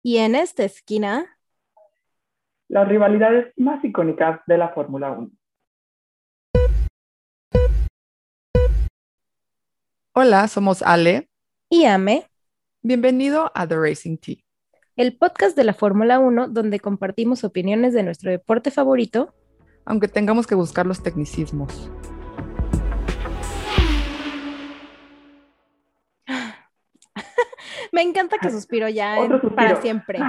Y en esta esquina, Las rivalidades más icónicas de la Fórmula 1. Hola, somos Ale. y Ame, Bienvenido a The Racing Tea. el podcast de la Fórmula 1 donde compartimos opiniones de nuestro deporte favorito. Aunque tengamos que buscar los tecnicismos. Me encanta que suspiro ya Otro para suspiro. siempre.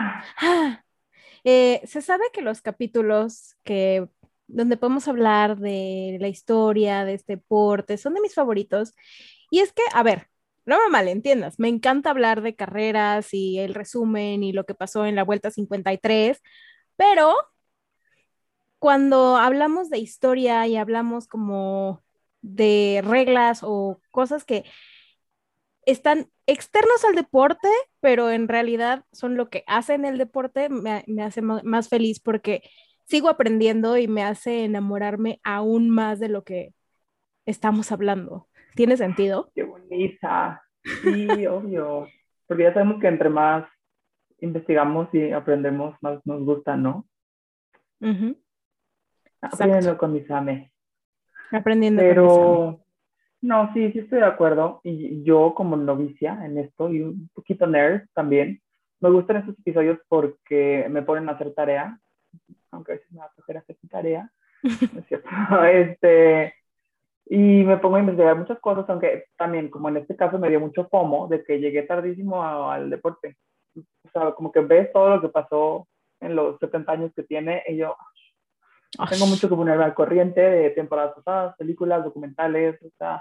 Se sabe que los capítulos donde podemos hablar de la historia de este deporte son de mis favoritos. Y es que, a ver, no me malentiendas, me encanta hablar de carreras y el resumen y lo que pasó en la Vuelta 53, pero cuando hablamos de historia y hablamos como de reglas o cosas que están externos al deporte, pero en realidad son lo que hacen el deporte, me hace más feliz porque sigo aprendiendo y me hace enamorarme aún más de lo que estamos hablando. ¿Tiene sentido? Qué bonita. Sí, obvio. Porque ya sabemos que entre más investigamos y aprendemos, más nos gusta, ¿no? Ujú, exacto. Aprendiendo con mis ames. Aprendiendo con mis amigos. Pero, no, sí estoy de acuerdo. Y yo, como novicia en esto y un poquito nerd también, me gustan estos episodios porque me ponen a hacer tarea, aunque a veces me va a hacer mi tarea, ¿no es cierto? Y me pongo a investigar muchas cosas, aunque también, como en este caso, me dio mucho FOMO de que llegué tardísimo al deporte. O sea, como que ves todo lo que pasó en los 70 años que tiene, y yo tengo Ay. mucho que ponerme al corriente de temporadas pasadas, películas, documentales, o sea,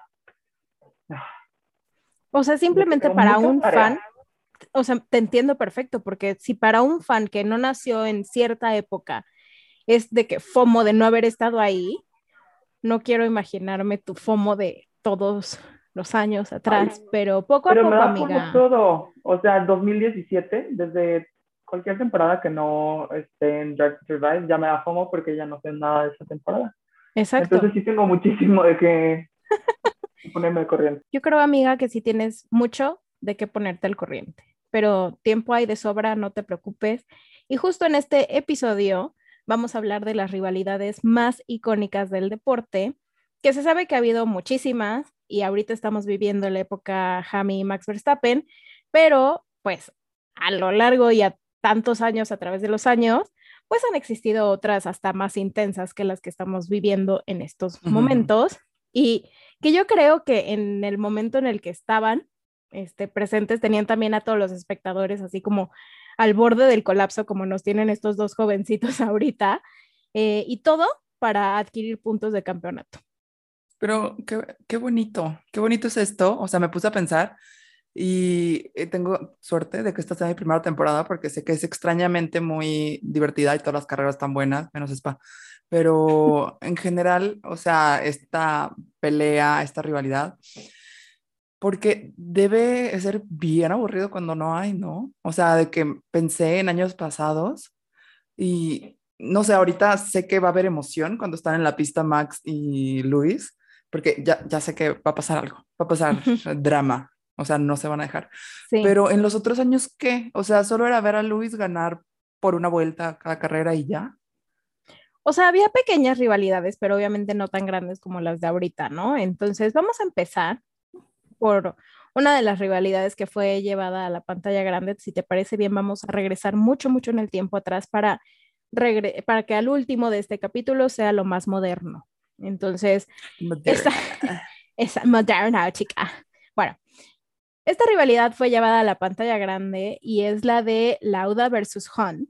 O sea, como que simplemente tengo para mucha un tarea. fan, o sea, te entiendo perfecto, porque si para un fan que no nació en cierta época es de que FOMO de no haber estado ahí, no quiero imaginarme tu FOMO de todos los años Ay, atrás, pero poco a pero me poco, da FOMO amiga. todo. O sea, 2017, desde cualquier temporada que no esté en Drive to Survive, ya me da FOMO porque ya no sé nada de esa temporada. Exacto. Entonces sí tengo muchísimo de que ponerme al corriente. Yo creo, amiga, que sí tienes mucho de qué ponerte al corriente, pero tiempo hay de sobra, no te preocupes. Y justo en este episodio vamos a hablar de las rivalidades más icónicas del deporte, que se sabe que ha habido muchísimas y ahorita estamos viviendo la época Hamilton y Max Verstappen, pero pues a lo largo y a tantos años, a través de los años, pues han existido otras hasta más intensas que las que estamos viviendo en estos momentos. Y que yo creo que en el momento en el que estaban presentes tenían también a todos los espectadores así como al borde del colapso, como nos tienen estos dos jovencitos ahorita, y todo para adquirir puntos de campeonato. Pero qué bonito es esto. O sea, me puse a pensar y tengo suerte de que esta sea mi primera temporada porque sé que es extrañamente muy divertida y todas las carreras están buenas, menos Spa. Pero en general, o sea, esta pelea, esta rivalidad, porque debe ser bien aburrido cuando no hay, ¿no? O sea, de que pensé en años pasados. Y no sé, ahorita sé que va a haber emoción cuando están en la pista Max y Luis, porque ya sé que va a pasar algo, va a pasar drama, o sea, no se van a dejar. Sí. Pero en los otros años, ¿qué? O sea, solo era ver a Luis ganar por una vuelta cada carrera y ya. O sea, había pequeñas rivalidades, pero obviamente no tan grandes como las de ahorita, ¿no? Entonces, vamos a empezar por una de las rivalidades que fue llevada a la pantalla grande. Si te parece bien, vamos a regresar mucho, mucho en el tiempo atrás para que al último de este capítulo sea lo más moderno. Entonces, esta, Moderna. esa moderna chica. Bueno, esta rivalidad fue llevada a la pantalla grande y es la de Lauda versus Hunt.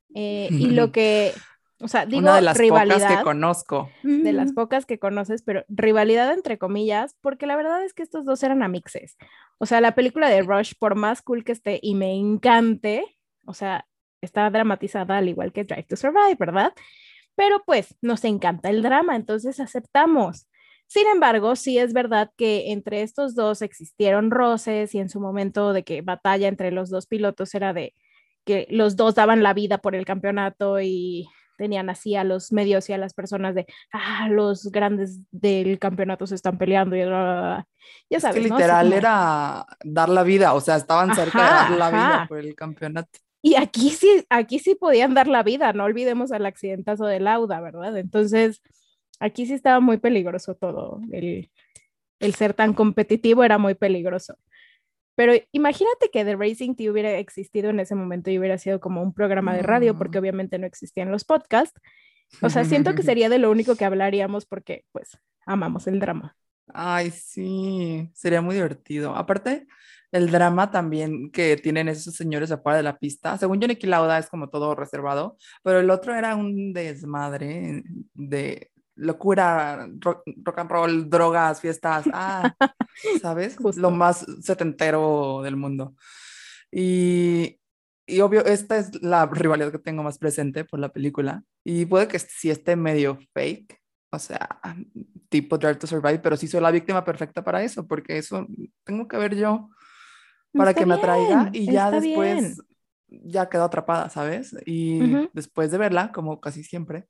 Y lo que, o sea, Una de digo las pocas que rivalidad conozco. de las pocas que conoces, pero rivalidad entre comillas, porque la verdad es que estos dos eran amixes. O sea, la película de Rush, por más cool que esté y me encante, o sea, está dramatizada al igual que Drive to Survive, ¿verdad? Pero pues nos encanta el drama, entonces aceptamos. Sin embargo, sí es verdad que entre estos dos existieron roces y en su momento de que batalla entre los dos pilotos era de que los dos daban la vida por el campeonato y tenían así a los medios y a las personas de, los grandes del campeonato se están peleando y bla, bla, bla. Ya Es que sabes, ¿no? Así literal como, era dar la vida, o sea, estaban cerca de dar ajá, la vida ajá. por el campeonato. Y aquí sí podían dar la vida, no olvidemos al accidentazo de Lauda, ¿verdad? Entonces, aquí sí estaba muy peligroso todo, el ser tan competitivo era muy peligroso. Pero imagínate que The Racing T hubiera existido en ese momento y hubiera sido como un programa de radio, porque obviamente no existían los podcasts. O sea, siento que sería de lo único que hablaríamos porque, pues, amamos el drama. Ay, sí, sería muy divertido. Aparte, el drama también que tienen esos señores afuera de la pista. Según yo, Niki Lauda es como todo reservado, pero el otro era un desmadre de locura, rock and roll, drogas, fiestas. ¿Sabes? Lo Justo. más setentero del mundo. Y, y obvio, esta es la rivalidad que tengo más presente por la película. Y puede que sí esté medio fake, o sea, tipo Drive to Survive, pero sí soy la víctima perfecta para eso, porque eso tengo que ver yo para que me atraiga y ya Está después bien. ya quedo atrapada, ¿sabes? Y Ujú. después de verla, como casi siempre,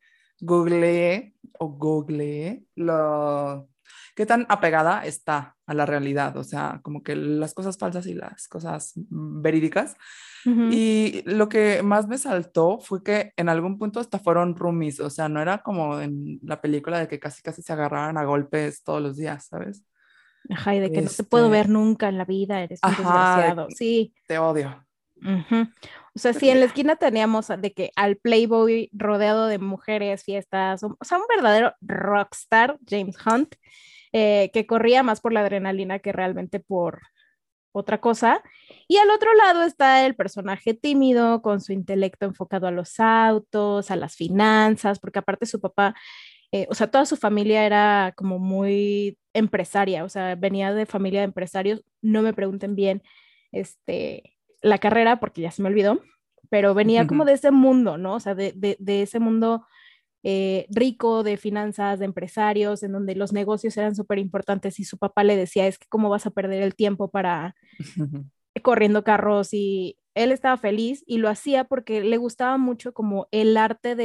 googleé lo qué tan apegada está a la realidad, o sea, como que las cosas falsas y las cosas verídicas. Ujú. Y lo que más me saltó fue que en algún punto hasta fueron roomies, o sea, no era como en la película de que casi casi se agarraran a golpes todos los días, ¿sabes? Ajá, y de que no te puedo ver Este, nunca en la vida, eres un ajá, desgraciado. Sí. te odio. Ujú. O sea, Pues sí, en la mira. esquina teníamos de que al Playboy rodeado de mujeres, fiestas, o sea, un verdadero rockstar, James Hunt, que corría más por la adrenalina que realmente por otra cosa. Y al otro lado está el personaje tímido, con su intelecto enfocado a los autos, a las finanzas, porque aparte su papá, o sea, toda su familia era como muy empresaria, o sea, venía de familia de empresarios. No me pregunten bien, la carrera, porque ya se me olvidó, pero venía como de ese mundo, ¿no? O sea, de ese mundo rico de finanzas, de empresarios, en donde los negocios eran súper importantes y su papá le decía, es que cómo vas a perder el tiempo para corriendo carros y él estaba feliz y lo hacía porque le gustaba mucho como el arte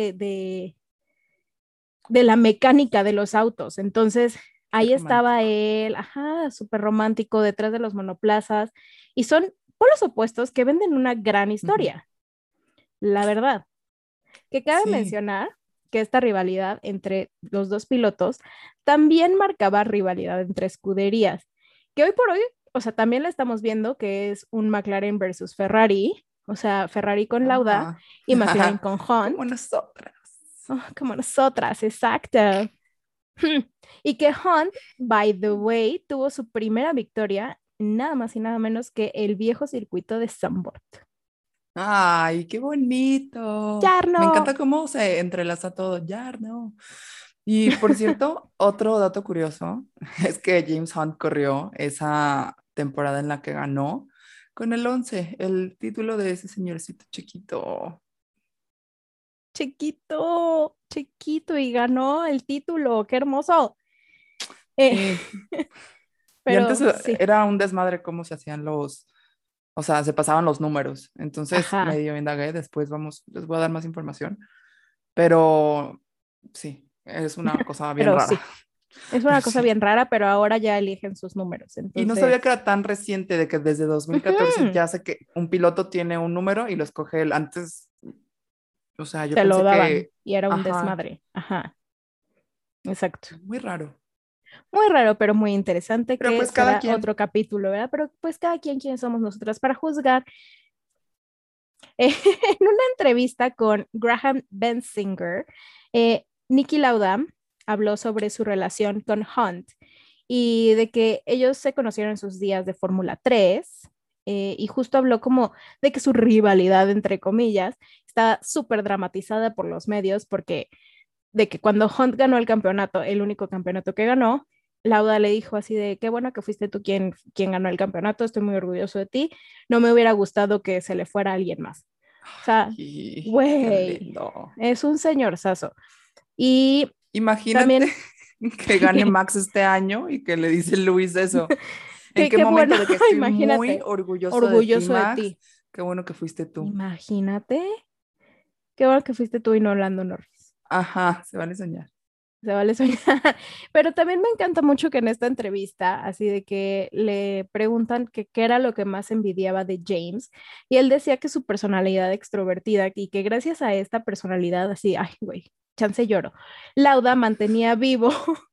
de la mecánica de los autos. Entonces, Qué ahí estaba romántico. él, ajá, súper romántico detrás de los monoplazas y son polos opuestos que venden una gran historia, la verdad. Que cabe Sí. mencionar que esta rivalidad entre los dos pilotos también marcaba rivalidad entre escuderías, que hoy por hoy, o sea, también la estamos viendo que es un McLaren versus Ferrari, o sea, Ferrari con Lauda Ajá. y McLaren con Hunt, Como nosotras. como nosotras, exacto. Y que Hunt, by the way, tuvo su primera victoria nada más y nada menos que el viejo circuito de Zandvoort. Ay, qué bonito. Me Yarno. encanta cómo se entrelaza todo. Ya, no. Y por cierto, otro dato curioso es que James Hunt corrió esa temporada en la que ganó con el 11, el título de ese señorcito chiquito. Chiquito, chiquito y ganó el título, qué hermoso. Eh, Sí, y antes pero sí, era un desmadre cómo se hacían o sea, se pasaban los números. Entonces ajá, medio indagué, después les voy a dar más información. Pero sí, es una cosa bien pero rara. sí, es Pero una cosa sí. bien rara, pero ahora ya eligen sus números, Y no sabía entonces, que era tan reciente de que desde 2014 ujú, ya sé que un piloto tiene un número y lo escoge él. Antes, o sea, yo se lo pensé daban que, y era un ajá, desmadre, ajá, exacto. muy raro. Muy raro, pero muy interesante Pero que pues cada será quien. otro capítulo, ¿verdad? Pero pues cada quien, quién somos nosotras para juzgar. En una entrevista con Graham Bensinger, Niki Lauda habló sobre su relación con Hunt y de que ellos se conocieron en sus días de Fórmula 3 y justo habló como de que su rivalidad, entre comillas, está súper dramatizada por los medios porque de que cuando Hunt ganó el campeonato, el único campeonato que ganó, Lauda le dijo así de, qué bueno que fuiste tú quien ganó el campeonato, estoy muy orgulloso de ti, no me hubiera gustado que se le fuera a alguien más. O sea, Y qué güey, lindo. es un señor saso. Y Imagínate también, que gane Max este año y que le dice Luis eso. ¿En qué qué bueno, momento de que estoy muy imagínate, orgulloso de ti, orgulloso de Max? ti. Qué bueno que fuiste tú. Imagínate, Qué bueno que fuiste tú y no Lando Norris. Ajá, se vale soñar. Se vale soñar. Pero también me encanta mucho que en esta entrevista, así de que le preguntan que qué era lo que más envidiaba de James, y él decía que su personalidad extrovertida y que gracias a esta personalidad así, ay, güey, chance lloro, Lauda mantenía vivo,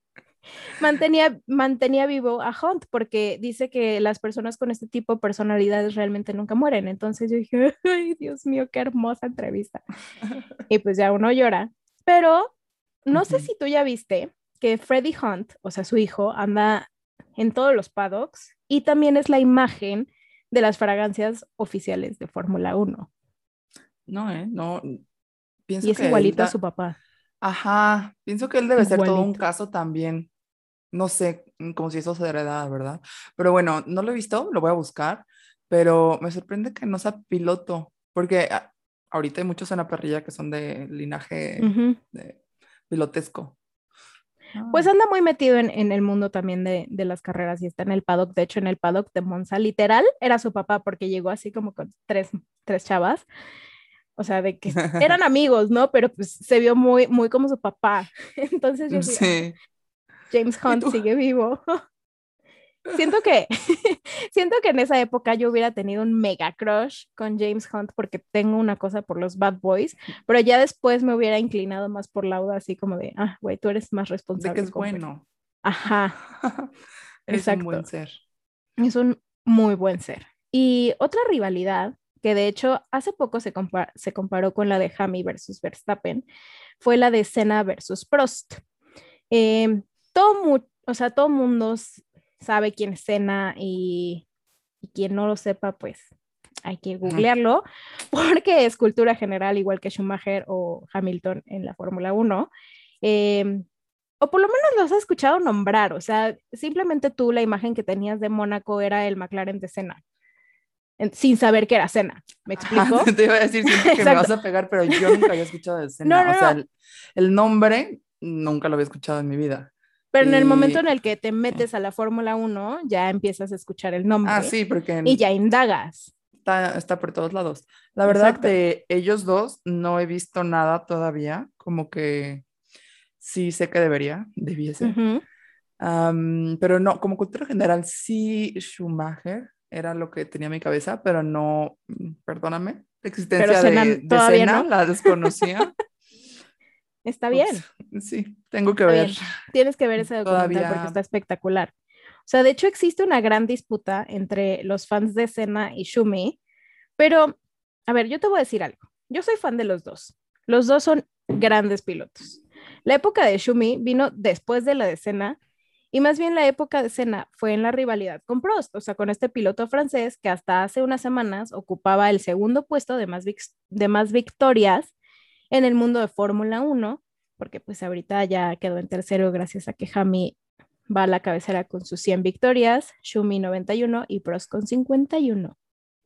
mantenía vivo a Hunt, porque dice que las personas con este tipo de personalidades realmente nunca mueren. Entonces yo dije, ay, Dios mío, qué hermosa entrevista. Y pues ya uno llora. Pero no sé si tú ya viste que Freddie Hunt, o sea, su hijo, anda en todos los paddocks y también es la imagen de las fragancias oficiales de Fórmula 1. No, no, Y pienso es que él igualito a su papá. Ajá, pienso que él debe ser todo un Igualito. caso también. No sé, como si eso se heredara, ¿verdad? Pero bueno, no lo he visto, lo voy a buscar, pero me sorprende que no sea piloto, porque ahorita hay muchos en la parrilla que son de linaje Ujú. de pilotesco. Pues Ah. anda muy metido en el mundo también de las carreras y está en el paddock. De hecho, en el paddock de Monza, literal, era su papá porque llegó así como con tres chavas. O sea, de que eran amigos, ¿no? Pero pues se vio muy, muy como su papá. Entonces yo sí, "Ah, Sí. James ¿Y Hunt tú? sigue vivo". Siento que, siento que en esa época yo hubiera tenido un mega crush con James Hunt porque tengo una cosa por los Bad Boys, pero ya después me hubiera inclinado más por Lauda, así como de, ah, güey, tú eres más De que responsable es con Fergie. bueno. Ajá, Eres un buen exacto. ser. Es un muy buen ser. Y otra rivalidad, que de hecho hace poco se comparó con la de Hamilton versus Verstappen, fue la de Senna versus Prost. Eh, o sea, todo mundo sabe quién es Senna y quien no lo sepa, pues hay que googlearlo, porque es cultura general, igual que Schumacher o Hamilton en la Fórmula 1. Eh, o por lo menos los has escuchado nombrar, o sea, simplemente tú la imagen que tenías de Mónaco era el McLaren de Senna, sin saber que era Senna, ¿me Ajá, explico? te iba a decir, siento que me Exacto. vas a pegar, pero yo nunca había escuchado de No, escena. O no, sea, no, el nombre nunca lo había escuchado en mi vida. pero en el momento Y en el que te sí. metes a la Fórmula 1, ya empiezas a escuchar el Ah, nombre sí, porque y ya indagas. está por todos lados. La verdad, Exacto. de ellos dos no he visto nada todavía, como que sí sé que debiese. Ujú. Pero no, como cultura general, sí, Schumacher era lo que tenía en mi cabeza, pero no, perdóname, la Pero existencia Senna de todavía Senna no. la desconocía. Está Ups, bien, sí, tengo que está ver. bien. Tienes que ver ese documental porque Todavía. está espectacular. O sea, de hecho existe una gran disputa entre los fans de Senna y Schumi, pero, a ver, yo te voy a decir algo. Yo soy fan de los dos. Los dos son grandes pilotos. La época de Schumi vino después de la de Senna, y más bien la época de Senna fue en la rivalidad con Prost, o sea, con este piloto francés que hasta hace unas semanas ocupaba el segundo puesto de más victorias en el mundo de Fórmula 1, porque pues ahorita ya quedó en tercero gracias a que Hami va a la cabecera con sus 100 victorias, Schumi 91 y Prost con 51.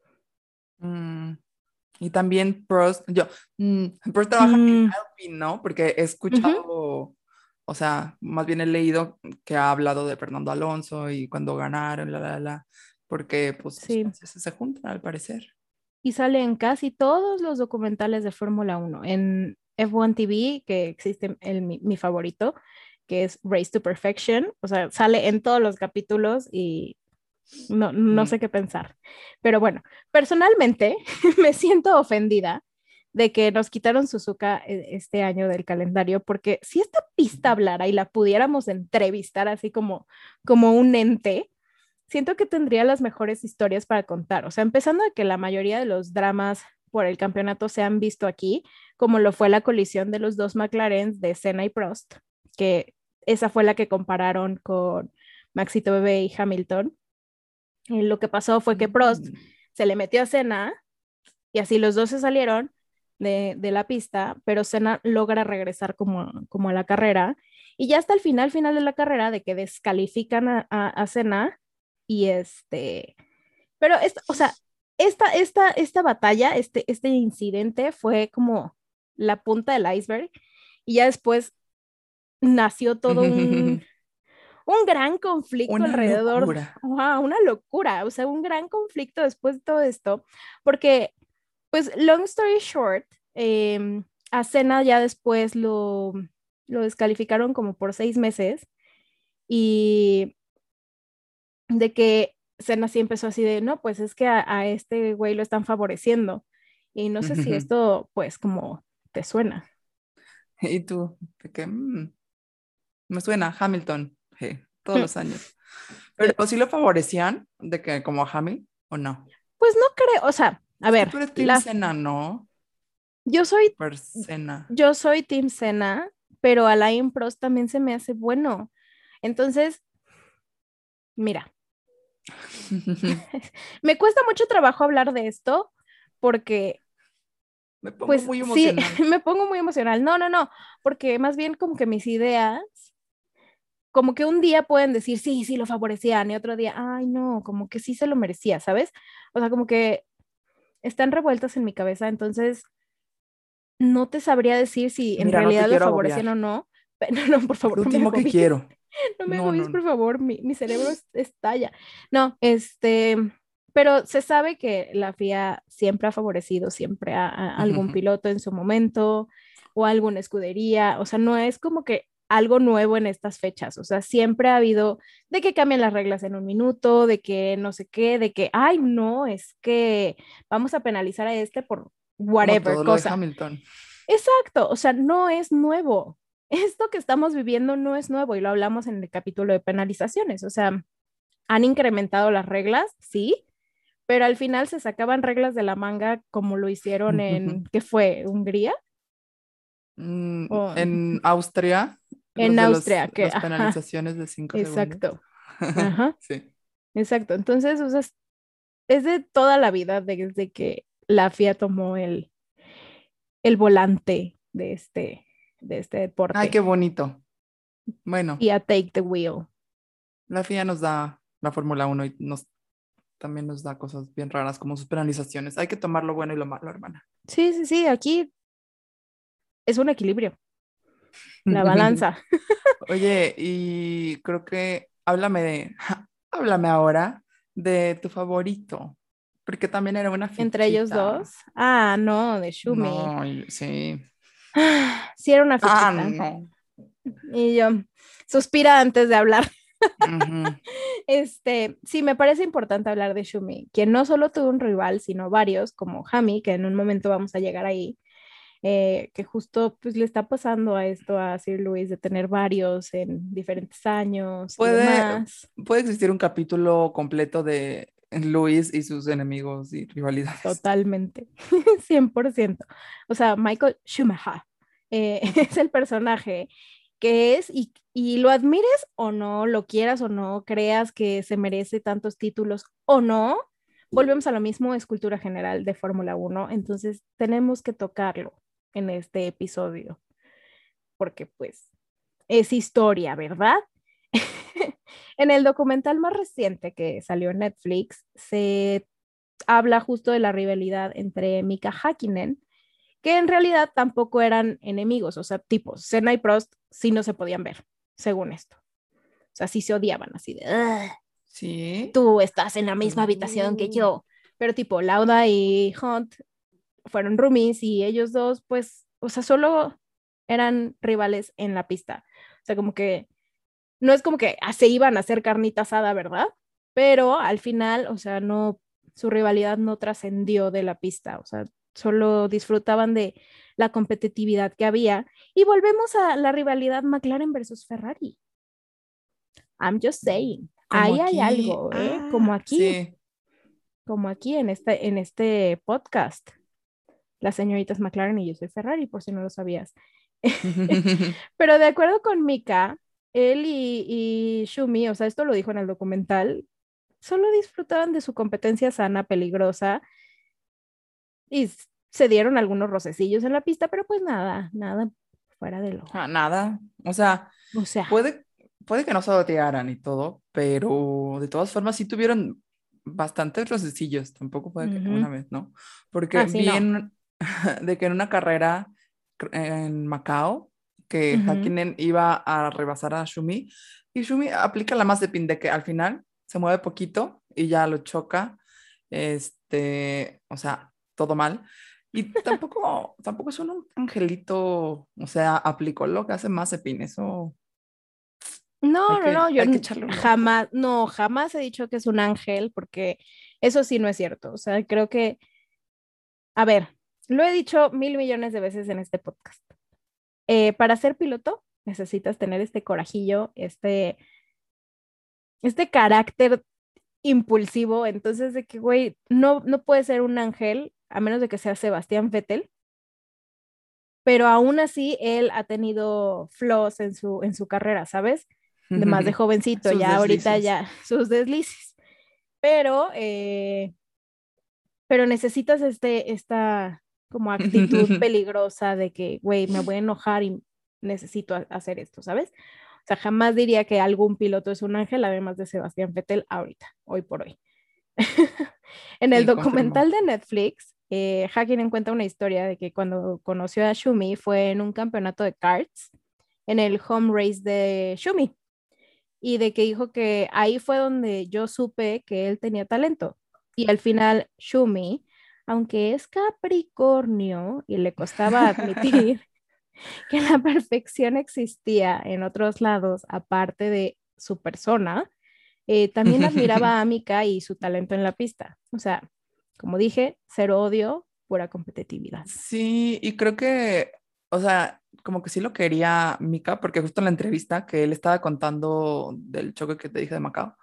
mm, y también Prost, Prost trabaja en Mm, Alpine, ¿no? Porque he ujú, escuchado, o sea, más bien he leído que ha hablado de Fernando Alonso y cuando ganaron, porque pues los sí, franceses se juntan al parecer. y sale en casi todos los documentales de Fórmula 1. En F1 TV, que existe mi favorito, que es Race to Perfection, o sea, sale en todos los capítulos y no Mm, sé qué pensar. Pero bueno, personalmente me siento ofendida de que nos quitaron Suzuka este año del calendario, porque si esta pista hablara y la pudiéramos entrevistar así como un ente, siento que tendría las mejores historias para contar. O sea, empezando de que la mayoría de los dramas por el campeonato se han visto aquí, como lo fue la colisión de los dos McLarens de Senna y Prost, que esa fue la que compararon con Maxito Bebé y Hamilton. Y lo que pasó fue que Prost mm, se le metió a Senna y así los dos se salieron de la pista, pero Senna logra regresar como a la carrera. Y ya hasta el final de la carrera, de que descalifican a Senna y pero o sea, esta batalla, este incidente fue como la punta del iceberg y ya después nació todo un gran conflicto Una alrededor, locura. wow, una locura, o sea, un gran conflicto después de todo esto, porque, pues, long story short, a Senna ya después lo descalificaron como por 6 meses y de que Senna sí empezó así de, no, pues es que a este güey lo están favoreciendo. Y no sé si esto, pues, como te suena. ¿Y tú? ¿De qué? Me suena Hamilton, todos los años. Pero ¿sí lo favorecían de que como a Hamil o no? Pues no creo, o sea, a Es que ver, tú eres Team Senna, ¿no? yo soy, Per Senna. yo soy Team Senna, pero Alain Prost también se me hace bueno. Entonces, mira, me cuesta mucho trabajo hablar de esto porque, Me pongo pues muy sí, emocional. me pongo muy emocional. No, no, no, porque más bien como que mis ideas, como que un día pueden decir, sí, sí, lo favorecían y otro día, ay, no, como que sí se lo merecía, ¿sabes? O sea, como que están revueltas en mi cabeza, entonces no te sabría decir si en Mira, no te realidad lo quiero favorecían agobiar. o no. No, no, por Es favor, lo no me último que agobies. quiero. No me No, agobies, no, por no. favor, mi cerebro estalla. No, pero se sabe que la FIA siempre ha favorecido siempre a algún piloto en su momento o a alguna escudería, o sea, no es como que algo nuevo en estas fechas, o sea, siempre ha habido de que cambian las reglas en un minuto, de que no sé qué, de que, ay, no, es que vamos a penalizar a este por Como whatever todo lo de cosa. Hamilton. Exacto, o sea, no es nuevo. Esto que estamos viviendo no es nuevo y lo hablamos en el capítulo de penalizaciones, o sea, han incrementado las reglas, sí, pero al final se sacaban reglas de la manga como lo hicieron en, ¿qué fue? ¿Hungría? O En Austria, los en de Austria, que, las ajá, penalizaciones de 5 segundos. exacto, ajá, Sí. exacto. Entonces, o sea, es de toda la vida desde que la FIA tomó el volante de este Ay, qué deporte bonito. Bueno, y a take the wheel. la FIA nos da la Fórmula 1 y también nos da cosas bien raras como sus penalizaciones. Hay que tomar lo bueno y lo malo, hermana. Sí, sí, sí, aquí es un equilibrio, la balanza. Oye, y creo que háblame ahora de tu favorito, porque también era una Entre ellos dos. fichita. Ah, no, de Shumi. No, sí. Sí, era una Ah, fichita. no. Y yo, suspira antes de hablar. Ujú. Sí, me parece importante hablar de Shumi, quien no solo tuvo un rival, sino varios, como Hami, que en un momento vamos a llegar ahí, que justo pues le está pasando a esto a Sir Luis de tener varios en diferentes años y Puede, demás. puede existir un capítulo completo de Luis y sus enemigos y rivalidades. Totalmente, 100%. O sea, Michael Schumacher es el personaje que es y lo admires o no, lo quieras o no, creas que se merece tantos títulos o no, volvemos a lo mismo, es cultura general de Fórmula 1, entonces tenemos que tocarlo en este episodio, porque pues es historia, ¿verdad? En el documental más reciente que salió en Netflix, se habla justo de la rivalidad entre Mika Häkkinen, que en realidad tampoco eran enemigos, o sea, tipos, Senna y Prost sí no se podían ver, según esto. O sea, sí se odiaban, así de, Sí. tú estás en la misma habitación que Uh, yo. Pero tipo, Lauda y Hunt fueron roomies y ellos dos, pues, o sea, solo eran rivales en la pista. O sea, como que no es como que se iban a hacer carnita asada, ¿verdad? Pero al final, o sea, no, su rivalidad no trascendió de la pista, o sea, solo disfrutaban de la competitividad que había. Y volvemos a la rivalidad McLaren versus Ferrari. I'm just saying, Como ahí hay aquí. algo, ¿eh? Sí. Como aquí en este podcast. Las señoritas McLaren y yo soy Ferrari, por si no lo sabías. Pero de acuerdo con Mika, él y Shumi, o sea, esto lo dijo en el documental, solo disfrutaban de su competencia sana, peligrosa, y se dieron algunos rocecillos en la pista, pero pues nada, nada fuera de lo. Nada. O sea, O sea, puede, puede que no se odiaran y todo, pero de todas formas sí tuvieron bastantes rocecillos. Tampoco puede que ujú. una vez, ¿no? Porque Ah, sí, no. bien de que en una carrera en Macao, que Ujú. Hakkinen iba a rebasar a Shumi, y Shumi aplica la más de pin de que al final se mueve poquito y ya lo choca, o sea, todo mal. Y tampoco es un angelito, o sea, aplicó lo que hace Mazepin, eso No, yo hay que echarle un ojo. jamás he dicho que es un ángel, porque eso sí no es cierto. O sea, creo que, a ver, lo he dicho 1.000 millones de veces en este podcast. Para ser piloto necesitas tener este corajillo, este carácter impulsivo. Entonces, de que, güey, no puede ser un ángel a menos de que sea Sebastián Vettel, pero aún así él ha tenido flaws en su carrera, ¿sabes? De más de jovencito, Sus ya ahorita deslices. ya sus deslices, pero, pero necesitas esta como actitud peligrosa de que, güey, me voy a enojar y necesito hacer esto, ¿sabes? O sea, jamás diría que algún piloto es un ángel, además de Sebastián Vettel ahorita, hoy por hoy. En el Sí, confirmo. documental de Netflix, Hakkinen cuenta una historia de que cuando conoció a Shumi fue en un campeonato de karts, en el home race de Shumi, y de que dijo que ahí fue donde yo supe que él tenía talento. Y al final, Shumi, aunque es Capricornio y le costaba admitir que la perfección existía en otros lados aparte de su persona, también admiraba a Mika y su talento en la pista. O sea, como dije, cero odio, pura competitividad. Sí, y creo que, o sea, como que sí lo quería Mika, porque justo en la entrevista que él estaba contando del choque que te dije de Macao,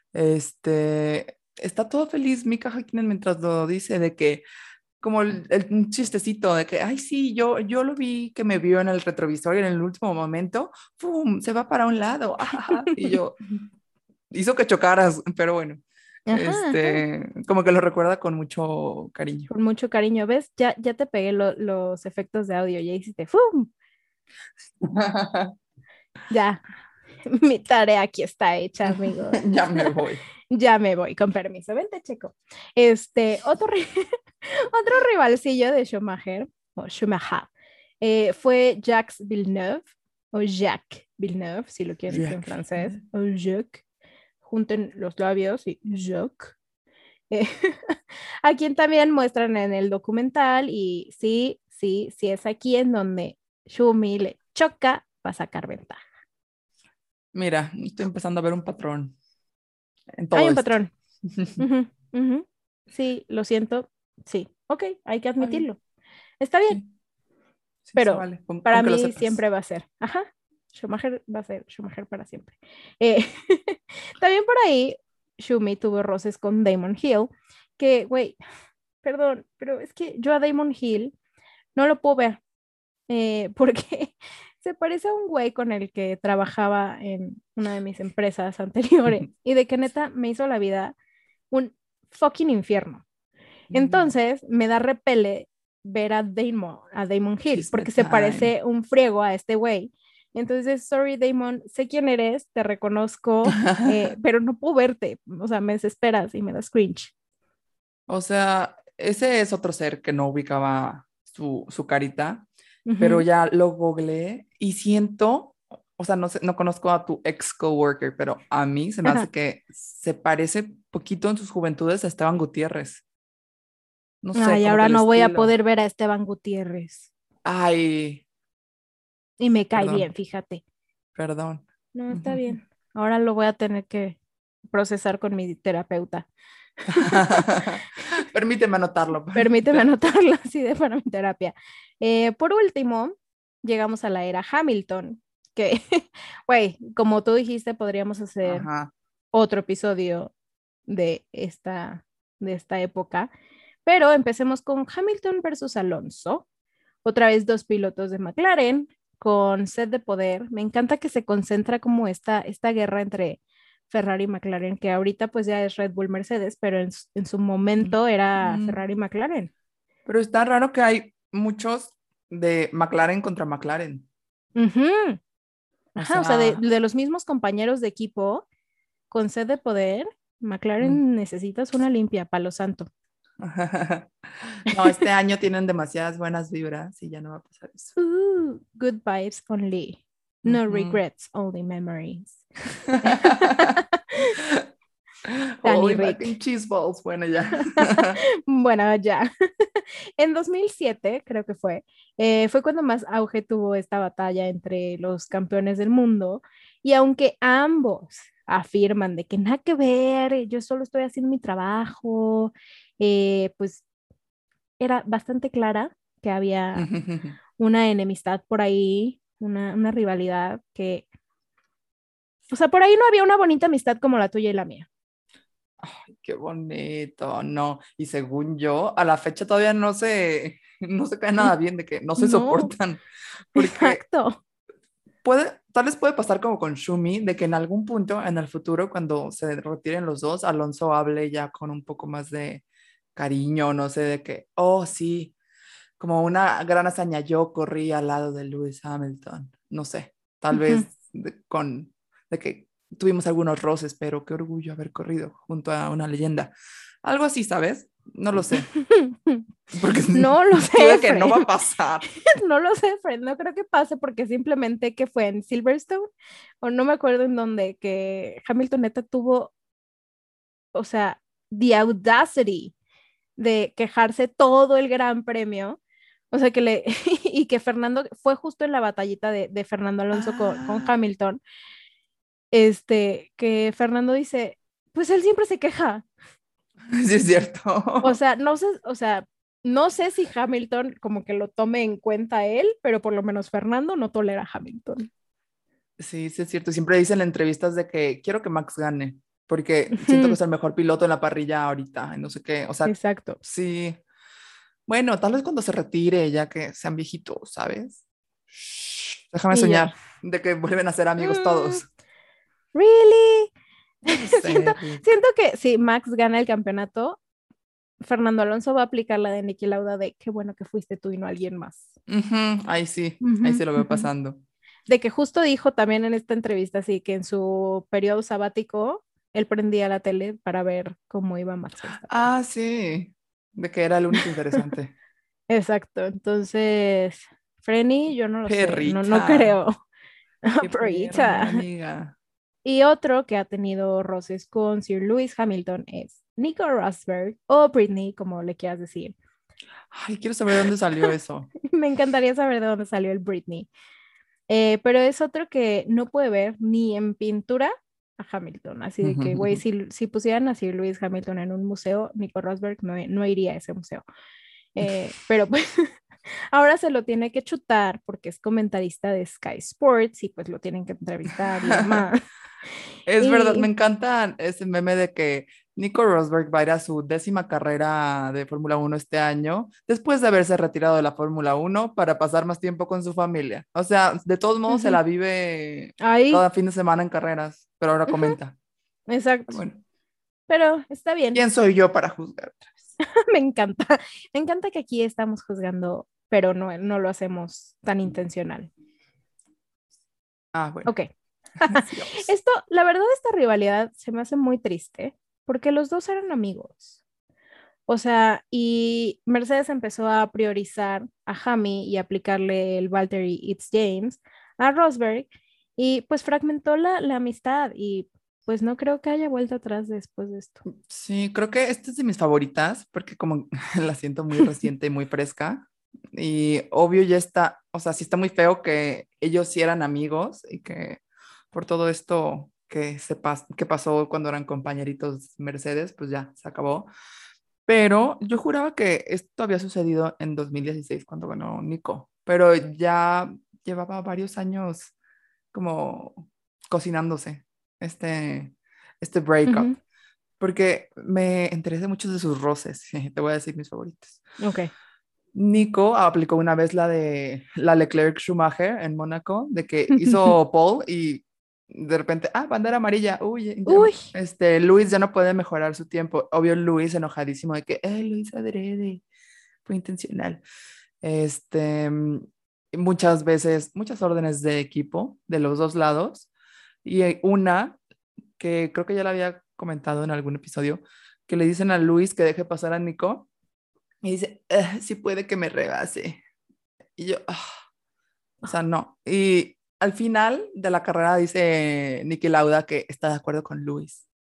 está todo feliz Mika Hakkinen mientras lo dice, de que, como un chistecito de que, ay, sí, yo lo vi que me vio en el retrovisor y en el último momento, ¡pum!, se va para un lado, y yo, hizo que chocaras, pero bueno, Ajá, ajá, como que lo recuerda con mucho cariño. con mucho cariño. ¿Ves? Ya te pegué los efectos de audio, ya hiciste ¡fum! Ya, mi tarea aquí está hecha, amigo. Ya me voy. Ya me voy, con permiso. Vente, Checo. Otro rivalcillo de Schumacher, o Schumacher, fue Jacques Villeneuve, o Jacques Villeneuve, si lo quieren decir en Jack. francés, o Jacques. Junten los labios y Jacques. Eh, a quien también muestran en el documental, y sí, es aquí en donde Schumi le choca para sacar ventaja. Mira, estoy empezando a ver un patrón en Hay todo un esto. patrón. Ujú, ujú. Sí, lo siento. Sí, ok, hay que Está bien, admitirlo. Está bien, sí, sí se pero vale, para con que lo mí sepas. siempre va a ser. Ajá, Schumacher va a ser Schumacher para siempre. Eh, también por ahí, Schumi tuvo roces con Damon Hill, que, güey, perdón, pero es que yo a Damon Hill no lo puedo ver, porque se parece a un güey con el que trabajaba en una de mis empresas anteriores y de que neta me hizo la vida un fucking infierno. Entonces me da repele ver a Damon Hill, Chisme porque se time. parece un friego a este güey. Entonces, sorry Damon, sé quién eres, te reconozco, pero no puedo verte, o sea, me desesperas y me das cringe. O sea, ese es otro ser que no ubicaba su carita, pero Ujú. ya lo googleé y siento, o sea, no sé, no conozco a tu ex coworker, pero a mí se me hace que se parece poquito en sus juventudes a Esteban Gutiérrez. No sé, Ay, como que ahora el no voy a estilo. poder ver a Esteban Gutiérrez. Ay, Y me cae bien, perdón, fíjate. perdón. No, está bien. Ahora lo voy a tener que procesar con mi terapeuta. Permíteme anotarlo para mi Permíteme terapia. anotarlo así de para mi terapia. Por último, llegamos a la era Hamilton, que, güey, como tú dijiste, podríamos hacer Ajá. otro episodio de esta época, pero empecemos con Hamilton versus Alonso. Otra vez dos pilotos de McLaren con sed de poder. Me encanta que se concentra como esta guerra entre Ferrari y McLaren, que ahorita pues ya es Red Bull Mercedes, pero en su momento era Mm, Ferrari McLaren. pero está raro que hay muchos de McLaren contra McLaren. Ujú. O Ajá, o sea, de, sea, de los mismos compañeros de equipo con sed de poder, mm. McLaren necesitas una limpia, palo santo. No, este año tienen demasiadas buenas vibras y ya no va a pasar eso. Good vibes only. No Ujú. regrets, only memories. Danny Mac and Rick. cheese balls. Bueno, ya. Bueno, ya. En 2007, creo que fue cuando más auge tuvo esta batalla entre los campeones del mundo. Y aunque ambos afirman de que nada que ver, yo solo estoy haciendo mi trabajo, pues era bastante clara que había una enemistad por ahí, una rivalidad que, o sea, por ahí no había una bonita amistad como la tuya y la mía. Ay, qué bonito, no. Y según yo, a la fecha todavía no se cae nada bien de que no se No, soportan, porque exacto. tal vez puede pasar como con Shumi, de que en algún punto en el futuro, cuando se retiren los dos, Alonso hable ya con un poco más de cariño, no sé, de que, oh, sí, como una gran hazaña, yo corrí al lado de Lewis Hamilton, no sé, tal Ujú. vez de que tuvimos algunos roces, pero qué orgullo haber corrido junto a una leyenda. Algo así, ¿sabes? No lo sé, porque No lo tú sé, de que no va a Fred. pasar. No lo sé, Fred. No creo que pase porque simplemente que fue en Silverstone o no me acuerdo en dónde, que Hamilton neta tuvo, o sea, the audacity de quejarse todo el gran premio. O sea, y que Fernando, fue justo en la batallita de Fernando Alonso con Ah, Hamilton, que Fernando dice, pues él siempre se queja. sí es O cierto. sea, no sé, o sea, no sé si Hamilton como que lo tome en cuenta él, pero por lo menos Fernando no tolera a Hamilton. Sí, sí es cierto. Siempre dicen en entrevistas de que quiero que Max gane, porque siento que Ujú, es el mejor piloto en la parrilla ahorita, y no sé qué. O sea, exacto. sí. Bueno, tal vez cuando se retire, ya que sean viejitos, ¿sabes? Shh, déjame Y yo, soñar de que vuelven a ser amigos "Mm, todos. ¿really?" No lo Siento, sé, Rick. siento que si Max gana el campeonato, Fernando Alonso va a aplicar la de Niki Lauda de qué bueno que fuiste tú y no alguien más. Ujú, ahí Ujú, sí lo veo ujú. pasando. De que justo dijo también en esta entrevista, así que en su periodo sabático, él prendía la tele para ver cómo iba Max Verstappen. Ah, sí, de que era el único interesante. Exacto, entonces, Frenny, yo no lo sé, no, no Perrita, creo. qué perra, mi Perrita. amiga. Y otro que ha tenido roces con Sir Lewis Hamilton es Nico Rosberg o Britney, como le quieras decir. Ay, quiero saber dónde salió eso. Me encantaría saber de dónde salió el Britney. Pero es otro que no puede ver ni en pintura a Hamilton. Así de que, güey, si pusieran a Sir Lewis Hamilton en un museo, Nico Rosberg no iría a ese museo. Pero pues ahora se lo tiene que chutar porque es comentarista de Sky Sports y pues lo tienen que entrevistar y demás. Es verdad, me Y encanta ese meme de que Nico Rosberg va a ir a su 10ª carrera de Fórmula 1 este año, después de haberse retirado de la Fórmula 1 para pasar más tiempo con su familia. O sea, de todos modos se ujú, la vive ahí, cada fin de semana en carreras, pero ahora ujú, comenta. exacto. Bueno, Pero está bien, ¿quién soy yo para juzgar otra vez? me encanta. Me encanta que aquí estamos juzgando, pero no lo hacemos tan intencional. Ah, bueno, Ok. sigamos. La verdad, esta rivalidad se me hace muy triste porque los dos eran amigos. O sea, y Mercedes empezó a priorizar a Hammy y aplicarle el Valtteri It's James a Rosberg y pues fragmentó la amistad y pues no creo que haya vuelta atrás después de esto. Sí, creo que esta es de mis favoritas porque como la siento muy reciente y muy fresca y obvio ya está, o sea, sí está muy feo que ellos sí eran amigos y que por todo esto que pasó cuando eran compañeritos Mercedes, pues ya se acabó. Pero yo juraba que esto había sucedido en 2016 cuando ganó Nico, pero ya llevaba varios años como cocinándose este, este breakup Ujú, porque me enteré muchos de sus roces. Te voy a decir mis favoritos. ok. Nico aplicó una vez la de la Leclerc Schumacher en Mónaco, de que hizo pole y de repente, bandera amarilla, uy, Uy, Luis ya no puede mejorar su tiempo. Obvio, Luis enojadísimo de que, Luis adrede, fue intencional. Este, muchas veces, muchas órdenes de equipo de los dos lados y una que creo que ya la había comentado en algún episodio, que le dicen a Luis que deje pasar a Nico y dice, sí puede que me rebase. Y yo, o sea, no. Y al final de la carrera dice Niki Lauda que está de acuerdo con Luis.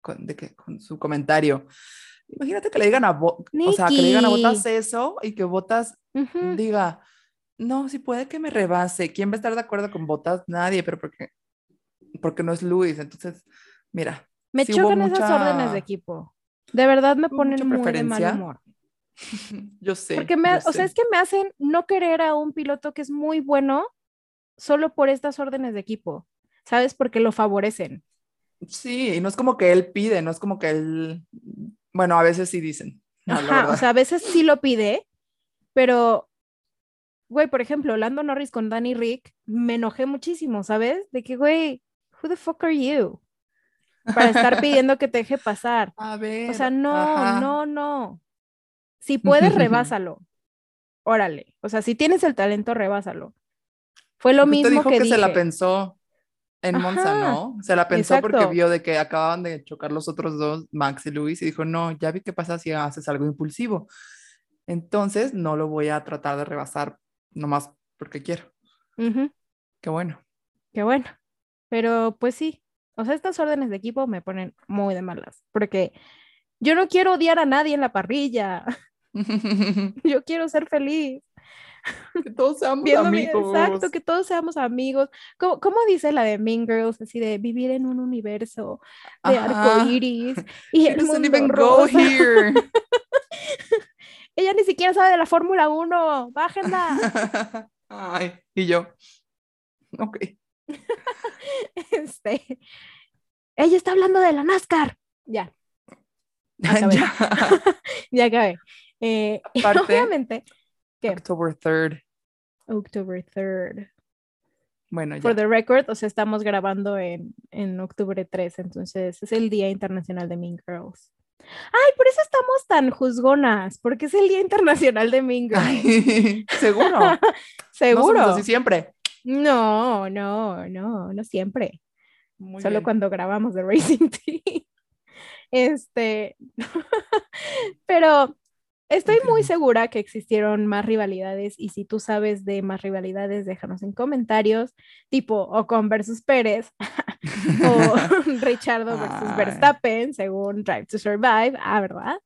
con su comentario. Imagínate que le digan o sea, que le digan a Bottas eso y que Bottas diga, no, si puede que me rebase. ¿Quién va a estar de acuerdo con Bottas? Nadie, pero porque no es Luis. Entonces, mira, Me sí hubo chocan esas órdenes de equipo. De verdad me mucha ponen muy de mal preferencia. humor. Yo sé. Porque o sea, es que me hacen no querer a un piloto que es muy bueno solo por estas órdenes de equipo, ¿sabes? Porque lo favorecen. Sí, y no es como que él pide, no es como que él, bueno, a veces sí dicen, no, la Ajá, verdad. o sea, a veces sí lo pide, pero, güey, por ejemplo, Lando Norris con Danny Rick, me enojé muchísimo, ¿sabes? De que, güey, who the fuck are you? Para estar pidiendo que te deje pasar. A O sea, ver, no, ajá. no, no. Si puedes, rebásalo. Órale. O sea, si tienes el talento, rebásalo. Fue lo Porque usted mismo dijo que que se la dije. pensó en Monza, Ajá, ¿no? Se la pensó porque exacto. vio de que acababan de chocar los otros dos, Max y Luis, y dijo, no, ya vi qué pasa si haces algo impulsivo. Entonces, no lo voy a tratar de rebasar nomás porque quiero. Ujú, Qué bueno. qué bueno. Pero pues sí. O sea, estas órdenes de equipo me ponen muy de malas. Porque yo no quiero odiar a nadie en la parrilla. Yo quiero ser feliz. Que todos seamos Viendo bien, exacto, amigos. que todos seamos amigos. ¿Cómo dice la de Mean Girls? Así de vivir en un universo de arco Ajá. iris y She el doesn't mundo even go rosa. here. Ella ni siquiera sabe de la Fórmula 1. Bájenla. Ay, y yo, ok. Este, ella está hablando de la NASCAR. Ya, acabé. Ya. Ya acabé. Aparte, Obviamente, que October 3rd. October 3rd. Bueno, For ya. the record, o sea, estamos grabando en octubre 3, entonces es el Día Internacional de Mean Girls. Ay, por eso estamos tan juzgonas, porque es el Día Internacional de Mean Girls. Ay, seguro. No somos así Seguro. siempre. No, no, no, no siempre. Muy Solo bien. cuando grabamos de Racing Team. Este, pero estoy muy Confirmo. segura que existieron más rivalidades y si tú sabes de más rivalidades, déjanos en comentarios, tipo Ocon versus Pérez o Richardo versus Ay. Verstappen, según Drive to Survive, ¿verdad?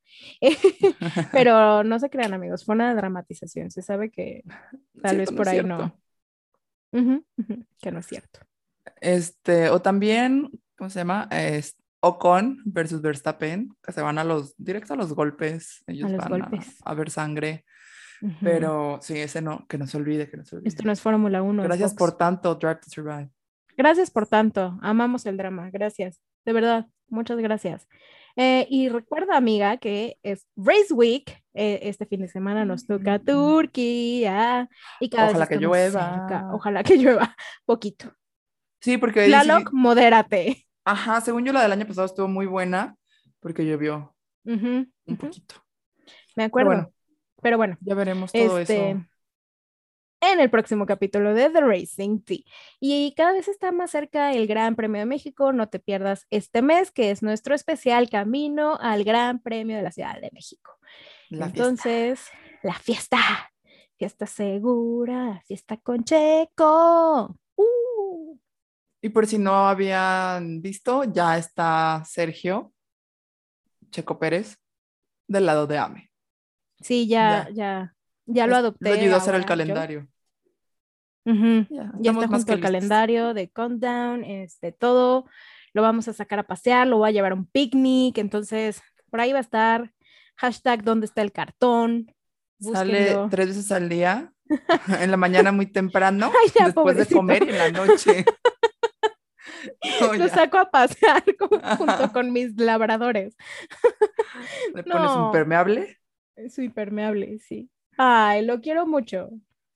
Pero no se crean, amigos, fue una dramatización, se sabe que tal vez Cierto, no es por ahí no. cierto. Que no es cierto. O también, ¿cómo se llama? Ocon versus Verstappen, que se van directo a los golpes. A Ellos los van golpes. a ver sangre. Ujú. Pero sí, ese no, que no se olvide, que no se Esto olvide. no es Fórmula 1, es Gracias box. por tanto, Drive to Survive. Gracias por tanto. Amamos el drama. Gracias. De verdad. Muchas gracias. Y recuerda, amiga, que es Race Week. Este fin de semana nos toca Turquía. Y cada vez Ojalá que estamos cerca. llueva. Ojalá que llueva poquito. Sí, porque ahí Tlaloc, sí. modérate. Ajá, según yo, la del año pasado estuvo muy buena porque llovió Ujú, un ujú. poquito. Me Pero acuerdo. bueno, Pero bueno, ya veremos todo este, eso. en el próximo capítulo de The Racing Tea. Y cada vez está más cerca el Gran Premio de México. No te pierdas este mes, que es nuestro especial camino al Gran Premio de la Ciudad de México. La fiesta. Entonces, la fiesta, fiesta segura, fiesta con Checo. Y por si no habían visto, ya está Sergio Checo Pérez del lado de AME. Sí, Ya. ya lo Le adopté ayudó a hacer el ahora yo. calendario. Ya, Ya está estamos más junto que al listos. calendario de Countdown, todo. Lo vamos a sacar a pasear, lo voy a llevar a un picnic, entonces por ahí va a estar. Hashtag ¿dónde está el cartón? Sale Búsquenlo. 3 veces al día, en la mañana muy temprano, Ay, ya, después de pobrecito. comer y en la noche. No, Lo ya. saco a pasear junto con mis labradores. Le pones un No, impermeable. es impermeable, sí. Ay, lo quiero mucho.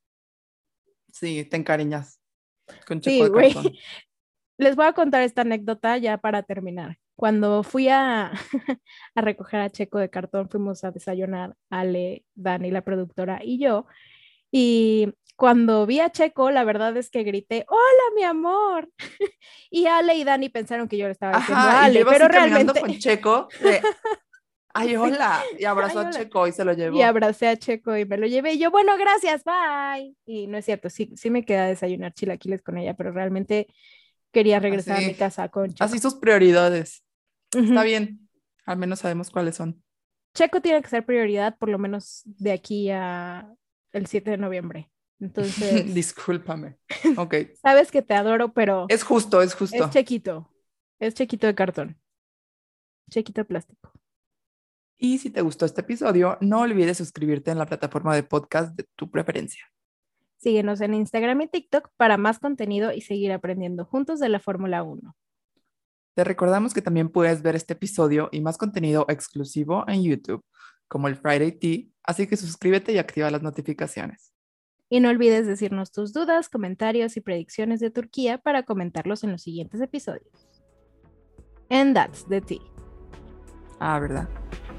Sí, te encariñas con Checo Sí, de güey. cartón. Les voy a contar esta anécdota ya para terminar. Cuando fui a, a recoger a Checo de cartón, fuimos a desayunar, Ale, Dani, la productora y yo. Y cuando vi a Checo, la verdad es que grité, hola, mi amor. Y Ale y Dani pensaron que yo le estaba diciendo Ajá, a y yo Ale, iba pero así caminando realmente, con Checo de, ay, sí, hola, y abrazó ay, a hola. Checo y se lo Y llevó. abracé a Checo y me lo llevé. Y yo, bueno, gracias, bye. Y no es cierto, sí me quedé a desayunar chilaquiles con ella, pero realmente quería regresar a mi Así, casa con así Checo. sus prioridades. Está bien, al menos sabemos cuáles son. Checo tiene que ser prioridad por lo menos de aquí a el 7 de noviembre. Entonces, Discúlpame. Ok. sabes que te adoro, pero Es justo. es Chequito. Es Chequito de cartón. Chequito de plástico. Y si te gustó este episodio, no olvides suscribirte en la plataforma de podcast de tu preferencia. Síguenos en Instagram y TikTok para más contenido y seguir aprendiendo juntos de la Fórmula 1. Te recordamos que también puedes ver este episodio y más contenido exclusivo en YouTube, como el Friday Tea, así que suscríbete y activa las notificaciones. Y no olvides decirnos tus dudas, comentarios y predicciones de Turquía para comentarlos en los siguientes episodios. And that's the tea. Ah, ¿verdad?